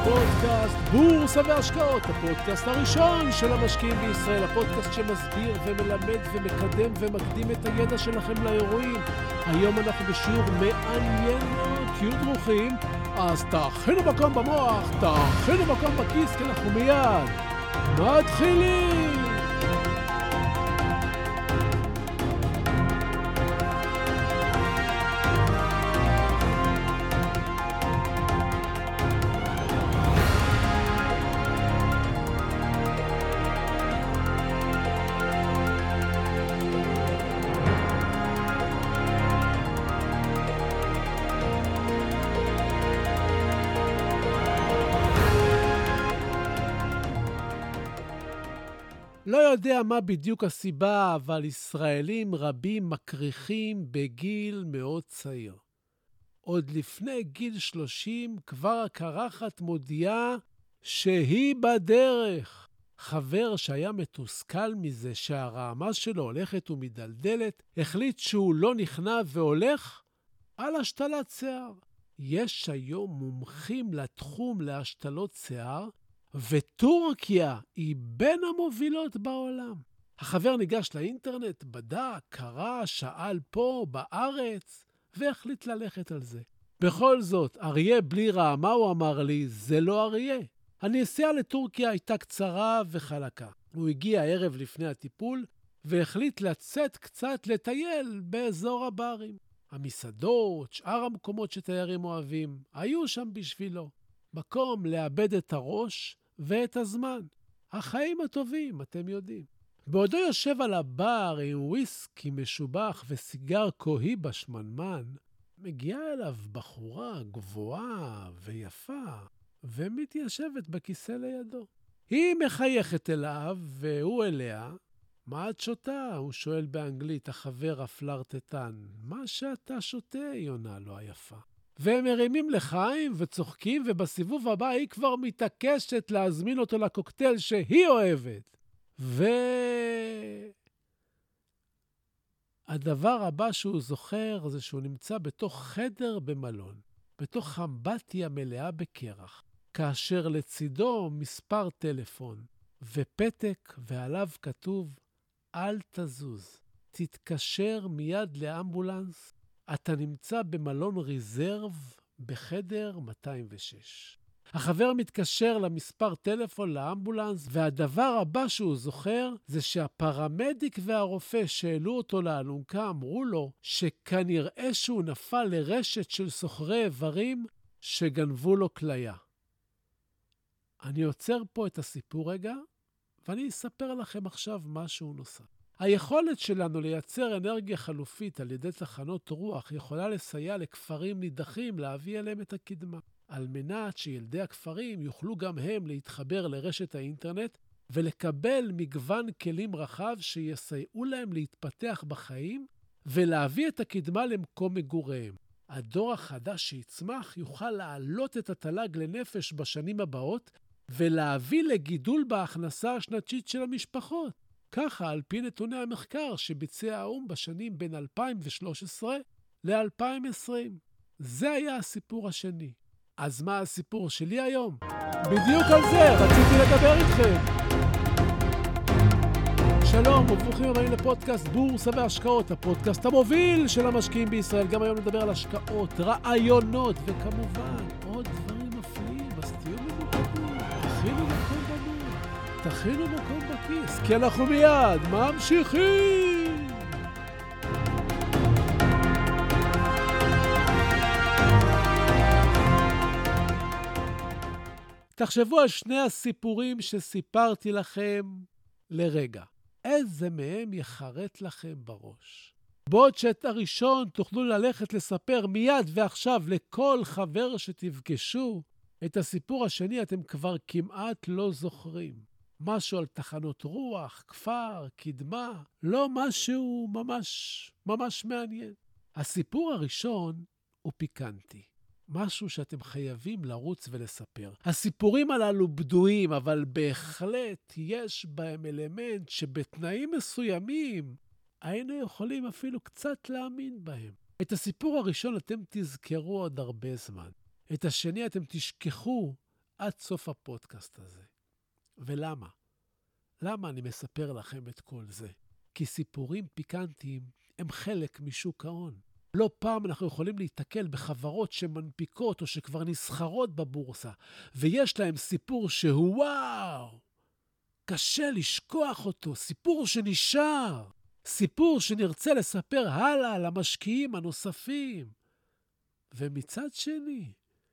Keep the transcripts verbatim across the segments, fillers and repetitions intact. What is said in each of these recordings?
לפודקאסט בורסה והשקעות, הפודקאסט הראשון של המשקיעים בישראל, הפודקאסט שמסביר ומלמד ומקדם ומקדים את הידע שלכם לאירועים. היום אנחנו בשיעור מעניין מאוד, תהיו דרוכים, אז תאכינו מקום במוח, תאכינו מקום בכיס, כי אנחנו מיד מתחילים. לא יודע מה בדיוק הסיבה, אבל ישראלים רבים מקריחים בגיל מאוד צעיר. עוד לפני גיל שלושים כבר הקרחת מודיעה שהיא בדרך. חבר שהיה מתוסכל מזה שהרעמה שלו הולכת ומדלדלת, החליט שהוא לא נכנע והולך על השתלת שיער. יש היום מומחים לתחום להשתלות שיער, וטורקיה היא בין המובילות בעולם. החבר ניגש לאינטרנט, בדק, קרא, שאל פה, בארץ, והחליט ללכת על זה. בכל זאת, אריה בלי רעמה, הוא אמר לי, זה לא אריה. הנסיעה לטורקיה הייתה קצרה וחלקה. הוא הגיע ערב לפני הטיפול, והחליט לצאת קצת לטייל באזור הברים. המסעדות, שאר המקומות שתיירים אוהבים, היו שם בשבילו. מקום לאבד את הראש ואת הזמן. החיים הטובים, אתם יודעים. בעודו יושב על הבר עם וויסקי משובח וסיגר כהי בשמנמן, מגיעה אליו בחורה גבוהה ויפה, ומתיישבת בכיסא לידו. היא מחייכת אליו והוא אליה. מה את שותה? הוא שואל באנגלית, החבר הפלרטטן. מה שאתה שותה, היא עונה לו היפה. והם מרימים לחיים וצוחקים, ובסיבוב הבא היא כבר מתעקשת להזמין אותו לקוקטייל שהיא אוהבת. והדבר הבא שהוא זוכר זה שהוא נמצא בתוך חדר במלון, בתוך אמבטיה מלאה בקרח, כאשר לצידו מספר טלפון ופתק ועליו כתוב, אל תזוז, תתקשר מיד לאמבולנס, אתה נמצא במלון ריזרב בחדר מאתיים ושש. החבר מתקשר למספר טלפון לאמבולנס, והדבר הבא שהוא זוכר זה שהפרמדיק והרופא שהעלו אותו לאלונקה אמרו לו שכנראה שהוא נפל לרשת של סוחרי איברים שגנבו לו כליה. אני עוצר פה את הסיפור רגע, ואני אספר לכם עכשיו משהו נוסף. היכולת שלנו לייצר אנרגיה חלופית על ידי תחנות רוח יכולה לסייע לכפרים נידחים להביא אליהם את הקדמה, על מנת שילדי הכפרים יוכלו גם הם להתחבר לרשת האינטרנט ולקבל מגוון כלים רחב שיסייעו להם להתפתח בחיים ולהביא את הקדמה למקום מגוריהם. הדור החדש שיצמח יוכל להעלות את התל"ג לנפש בשנים הבאות ולהביא לגידול בהכנסה השנתית של המשפחות. ככה, על פי נתוני המחקר שביצע האו"ם בשנים בין אלפיים ושלוש עשרה ל-אלפיים ועשרים. זה היה הסיפור השני. אז מה הסיפור שלי היום? בדיוק על זה רציתי לדבר איתכם. שלום וברוכים הבאים לפודקאסט בורסה והשקעות, הפודקאסט המוביל של המשקיעים בישראל. גם היום נדבר על השקעות, רעיונות וכמובן עוד דברים מפליאים. אז תהיו ממוקדים, תכינו מקום במוח, תכינו מקום בכיס, כי אנחנו מיד ממשיכים. תחשבו על שני הסיפורים שסיפרתי לכם לרגע. איזה מהם יחרט לכם בראש? בעוד שאת הראשון תוכלו ללכת לספר מיד ועכשיו לכל חבר שתפגשו, את הסיפור השני אתם כבר כמעט לא זוכרים. משהו על תחנות רוח, כפר, קדמה, לא משהו ממש, ממש מעניין. הסיפור הראשון הוא פיקנטי. משהו שאתם חייבים לרוץ ולספר. הסיפורים הללו בדויים, אבל בהחלט יש בהם אלמנט שבתנאים מסוימים היינו יכולים אפילו קצת להאמין בהם. את הסיפור הראשון אתם תזכרו עוד הרבה זמן. את השני אתם תשכחו עד סוף הפודקאסט הזה. ולמה? למה אני מספר לכם את כל זה? כי סיפורים פיקנטיים הם חלק משוק ההון. לא פעם אנחנו יכולים להתקל בחברות שמנפיקות או שכבר נסחרות בבורסה, ויש להם סיפור שהוא וואו, קשה לשכוח אותו, סיפור שנשאר, סיפור שנרצה לספר הלאה למשקיעים הנוספים. ומצד שני,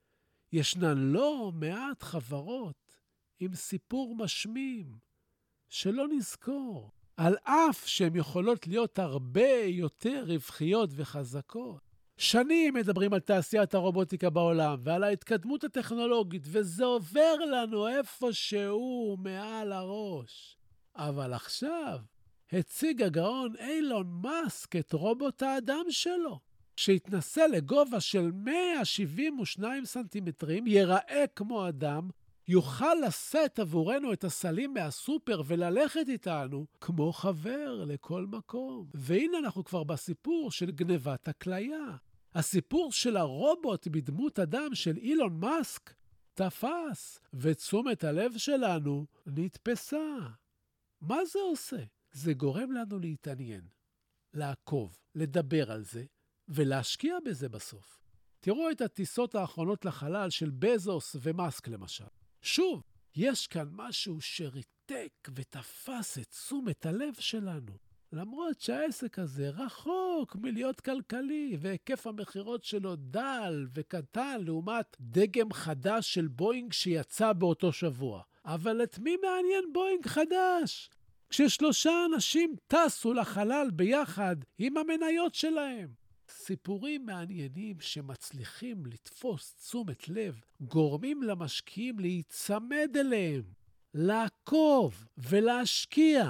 ישנן לא מעט חברות עם סיפור משמים, שלא נזכור, על אף שהן יכולות להיות הרבה יותר רווחיות וחזקות. שנים מדברים על תעשיית הרובוטיקה בעולם ועל ההתקדמות הטכנולוגית, וזה עובר לנו איפשהו מעל הראש. אבל עכשיו הציג הגאון אילון מאסק את רובוט האדם שלו, שהתנסה לגובה של מאה שבעים ושניים סנטימטרים, ייראה כמו אדם, יוכל לשאת עבורנו את הסלים מהסופר וללכת איתנו כמו חבר לכל מקום. והנה אנחנו כבר בסיפור של גנבת הכליה. הסיפור של הרובוט בדמות אדם של אילון מאסק תפס, ותשומת הלב שלנו נתפסה. מה זה עושה? זה גורם לנו להתעניין, לעקוב, לדבר על זה ולהשקיע בזה בסוף. תראו את הטיסות האחרונות לחלל של בזוס ומאסק למשל. שוב, יש כאן משהו שריתק ותפס את תשומת הלב שלנו. למרות שהעסק הזה רחוק מלהיות כלכלי, והיקף המחירות שלו דל וקטן לעומת דגם חדש של בוינג שיצא באותו שבוע. אבל את מי מעניין בוינג חדש? כששלושה אנשים טסו לחלל ביחד עם המניות שלהם. סיפורים מעניינים שמצליחים לתפוס תשומת לב, גורמים למשקיעים להיצמד אליהם, לעקוב ולהשקיע,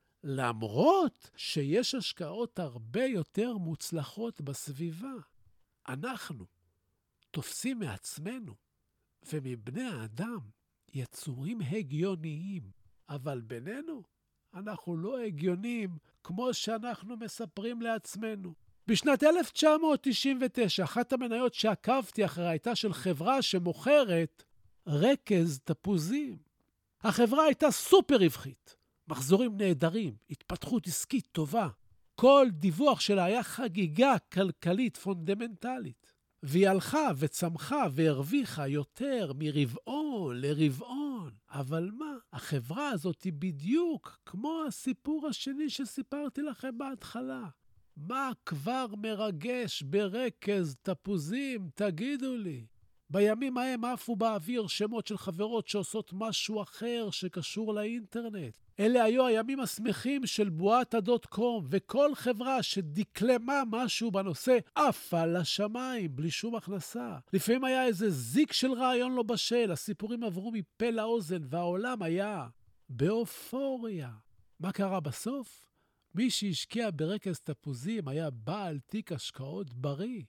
למרות שיש השקעות הרבה יותר מוצלחות בסביבה. אנחנו תופסים מעצמנו ומבני האדם יצורים הגיוניים, אבל בינינו אנחנו לא הגיונים כמו שאנחנו מספרים לעצמנו. בשנת אלף תשע מאות תשעים ותשע, אחת המניות שעקבתי אחריה הייתה של חברה שמוכרת רקז תפוזים. החברה הייתה סופר רווחית, מחזורים נהדרים, התפתחות עסקית טובה. כל דיווח שלה היה חגיגה כלכלית פונדמנטלית. והיא הלכה וצמחה והרוויחה יותר מרבעון לרבעון. אבל מה? החברה הזאת היא בדיוק כמו הסיפור השני שסיפרתי לכם בהתחלה. מה כבר מרגש ברקז תפוזים? תגידו לי. בימים ההם עפו באוויר שמות של חברות שעושות משהו אחר שקשור לאינטרנט. אלה היו הימים השמחים של בועת הדוט קום, וכל חברה שדקלמה משהו בנושא עפה לשמיים בלי שום הכנסה. לפעמים היה איזה זיק של רעיון לא בשל, הסיפורים עברו מפה לאוזן והעולם היה באופוריה. מה קרה בסוף? מי שהשקיע ברקז תפוזים היה בעל תיק השקעות בריא.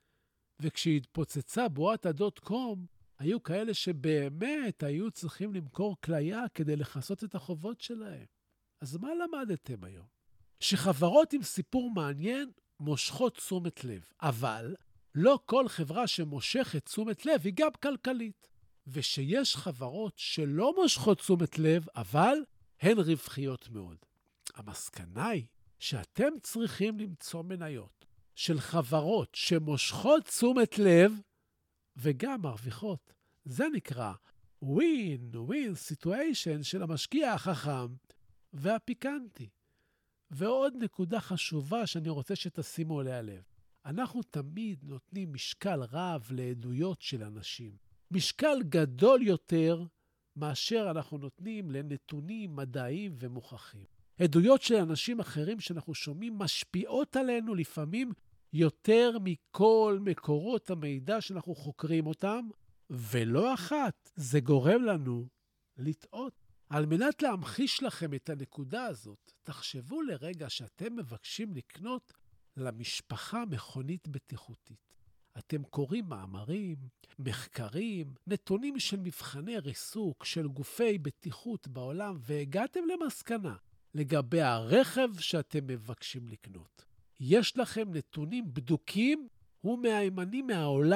וכשהתפוצצה בועת הדוט קום, היו כאלה שבאמת היו צריכים למכור כליה כדי לכסות את החובות שלהם. אז מה למדתם היום? שחברות עם סיפור מעניין מושכות תשומת לב, אבל לא כל חברה שמושכת תשומת לב היא גם כלכלית. ושיש חברות שלא מושכות תשומת לב, אבל הן רווחיות מאוד. המסקנה היא שאתם צריכים למצוא מניות של חברות שמושכות תשומת לב וגם מרוויחות. זה נקרא win-win situation של המשקיע החכם והפיקנטי. ועוד נקודה חשובה שאני רוצה שתשימו עליה לב. אנחנו תמיד נותנים משקל רב לעדויות של אנשים. משקל גדול יותר מאשר אנחנו נותנים לנתונים מדעיים ומוכחים. עדויות של אנשים אחרים שאנחנו שומעים משפיעות עלינו לפעמים יותר מכל מקורות המידע שאנחנו חוקרים אותם, ולא אחת זה גורם לנו לטעות. על מנת להמחיש לכם את הנקודה הזאת, תחשבו לרגע שאתם מבקשים לקנות למשפחה מכונית בטיחותית. אתם קוראים מאמרים, מחקרים, נתונים של מבחני ריסוק של גופי בטיחות בעולם, והגעתם למסקנה לגבי הרכב שאתם מבקשים לקנות. יש לכם נתונים בדוקים ומהימנים מהעולם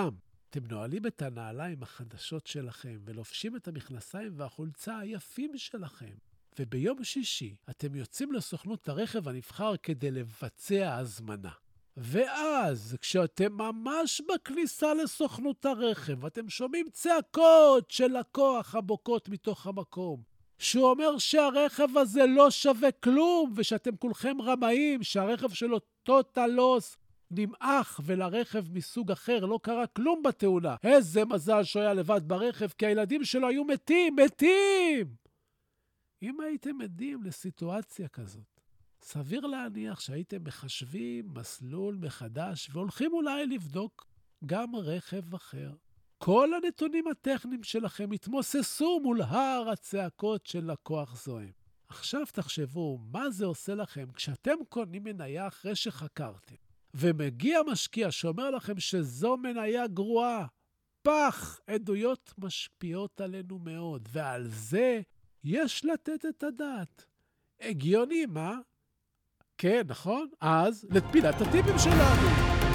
אתם נועלים את הנעליים החדשות שלכם ולובשים את המכנסיים והחולצה היפים שלכם. וביום שישי אתם יוצאים לסוכנות הרכב הנבחר כדי לבצע הזמנה. ואז, כשאתם ממש בכניסה לסוכנות הרכב, אתם שומעים צעקות של לקוח הבוקות מתוך המקום, שהוא אומר שהרכב הזה לא שווה כלום, ושאתם כולכם רמאים, שהרכב שלו טוטלוס נמעך, ולרכב מסוג אחר לא קרה כלום בתאונה. איזה מזל שהוא היה לבד ברכב, כי הילדים שלו היו מתים, מתים! אם הייתם עדים לסיטואציה כזאת, סביר להניח שהייתם מחשבים מסלול מחדש, והולכים אולי לבדוק גם רכב אחר. כל הנתונים הטכניים שלכם התמוססו מול הר הצעקות של לקוח זוהם. עכשיו תחשבו מה זה עושה לכם כשאתם קונים מניה אחרי שחקרתם, ומגיע משקיע שאומר לכם שזו מניה גרועה. פח, עדויות משפיעות עלינו מאוד, ועל זה יש לתת את הדעת. הגיוני, מה? כן, נכון? אז לתפילת הטיפים שלנו.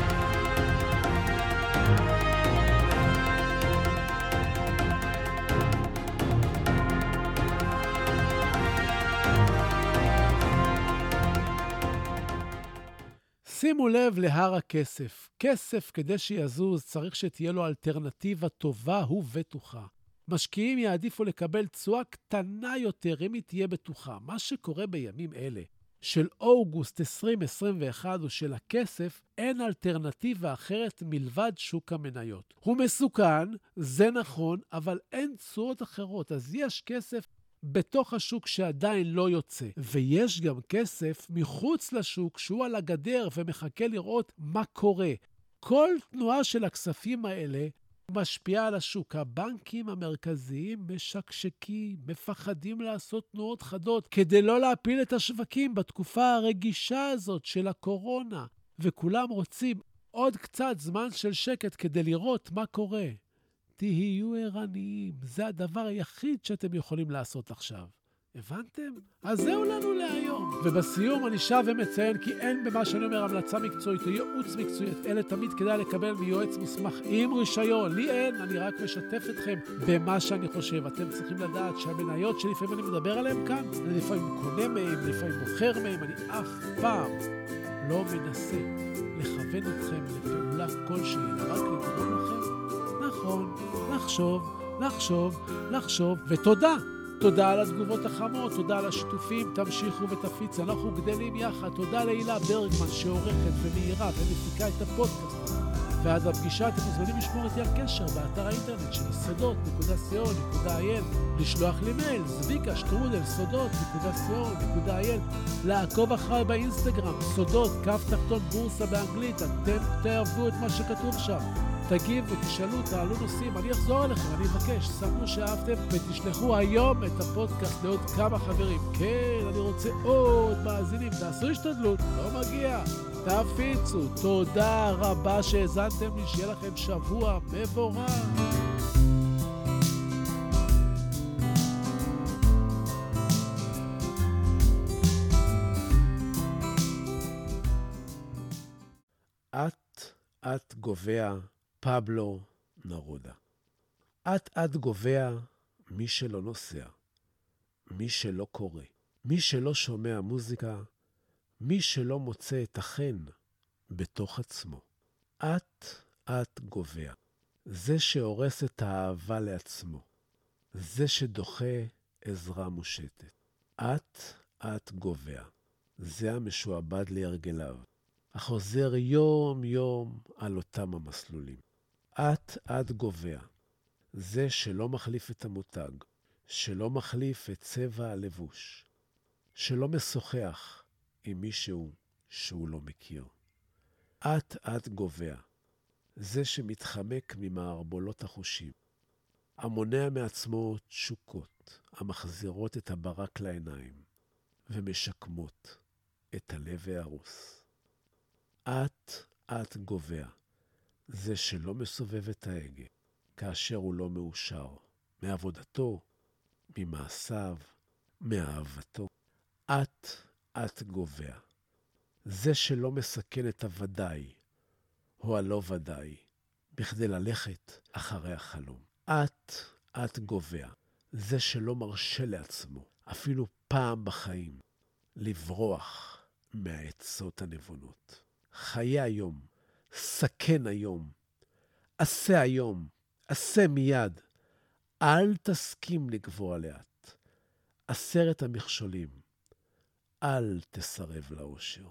שימו לב להר הכסף. כסף כדי שיזוז צריך שתהיה לו אלטרנטיבה טובה ובטוחה. משקיעים יעדיפו לקבל תשואה קטנה יותר אם היא תהיה בטוחה. מה שקורה בימים אלה של אוגוסט עשרים עשרים ואחת הוא של הכסף, אין אלטרנטיבה אחרת מלבד שוק המניות. הוא מסוכן, זה נכון, אבל אין תשואות אחרות. אז יש כסף בתוך השוק שעדיין לא יוצא. ויש גם כסף מחוץ לשוק שהוא על הגדר ומחכה לראות מה קורה. כל תנועה של הכספים האלה משפיעה על השוק. הבנקים המרכזיים משקשקים, מפחדים לעשות תנועות חדות כדי לא להפיל את השווקים בתקופה הרגישה הזאת של הקורונה. וכולם רוצים עוד קצת זמן של שקט כדי לראות מה קורה. תהיו ערניים, זה הדבר היחיד שאתם יכולים לעשות עכשיו. הבנתם? אז זהו לנו להיום. ובסיום אני שב ומציין כי אין במה שאני אומר המלצה מקצועית או ייעוץ מקצועית, אלא תמיד כדאי לקבל מיועץ מוסמך עם רישיון. לי אין, אני רק משתף אתכם במה שאני חושב. אתם צריכים לדעת שהמניות שלפעמים אני מדבר עליהן כאן, אני לפעמים קונה מהם, לפעמים מוכר מהם, אני אף פעם לא מנסה לכוון אתכם לפעולה כלשהי, רק לגרום לכם נכון, לחשוב, לחשוב, לחשוב, ותודה. תודה על התגובות החמות, תודה על השיתופים, תמשיכו ותפיץ, אנחנו גדלים יחד. תודה להילה ברגמן שעורכת ומהירה ומפיקה את הפודקאסט. ועד הפגישה אתם מוזמנים לשמור איתי על קשר באתר האינטרנט של סודות נקודה סי או נקודה איי אל, לשלוח לי מייל זביקה שטרודל סודות נקודה סי או נקודה איי אל, לעקוב אחריי באינסטגרם סודות כף תחתון בורסה באנגלית. אתם תאהבו את מה שכתוב שם, תגיבו, תשאלו, תעלו נושאים, אני אחזור אליכם, אני אבקש, סמנו שאהבתם ותשלחו היום את הפודקאסט לעוד כמה חברים. כן, אני רוצה עוד מאזינים, תעשו השתדלות, לא מגיע, תפיצו. תודה רבה שהזנתם לי, שיהיה לכם שבוע מבורך. את, את גובע פבלו נרודה. את את גובע מי שלא נוסע, מי שלא קורא, מי שלא שומע מוזיקה, מי שלא מוצא את החן בתוך עצמו. את את גובע, זה שהורס את האהבה לעצמו, זה שדוחה עזרה מושטת. את את גובע, זה המשועבד להרגליו, החוזר יום יום על אותם המסלולים. את את גובע, זה שלא מחליף את המותג, שלא מחליף את צבע הלבוש, שלא משוחח עם מישהו שהוא לא מכיר. את את גובע, זה שמתחמק ממערבולות החושים, המונע מעצמו תשוקות, המחזירות את הברק לעיניים, ומשקמות את הלב ההרוס. את את גובע, זה שלא מסובב את ההגה, כאשר הוא לא מאושר, מעבודתו, ממעשיו, מאהבתו. את, את גובע. זה שלא מסכן את הוודאי, או הלא ודאי, בכדי ללכת אחרי החלום. את, את גובע, זה שלא מרשה לעצמו, אפילו פעם בחיים, לברוח מהעצות הנבונות. חיה היום, סכן היום, עשה היום, עשה מיד, אל תסכים לגבוה לאט. עשרת המכשולים, אל תסרב לאושר.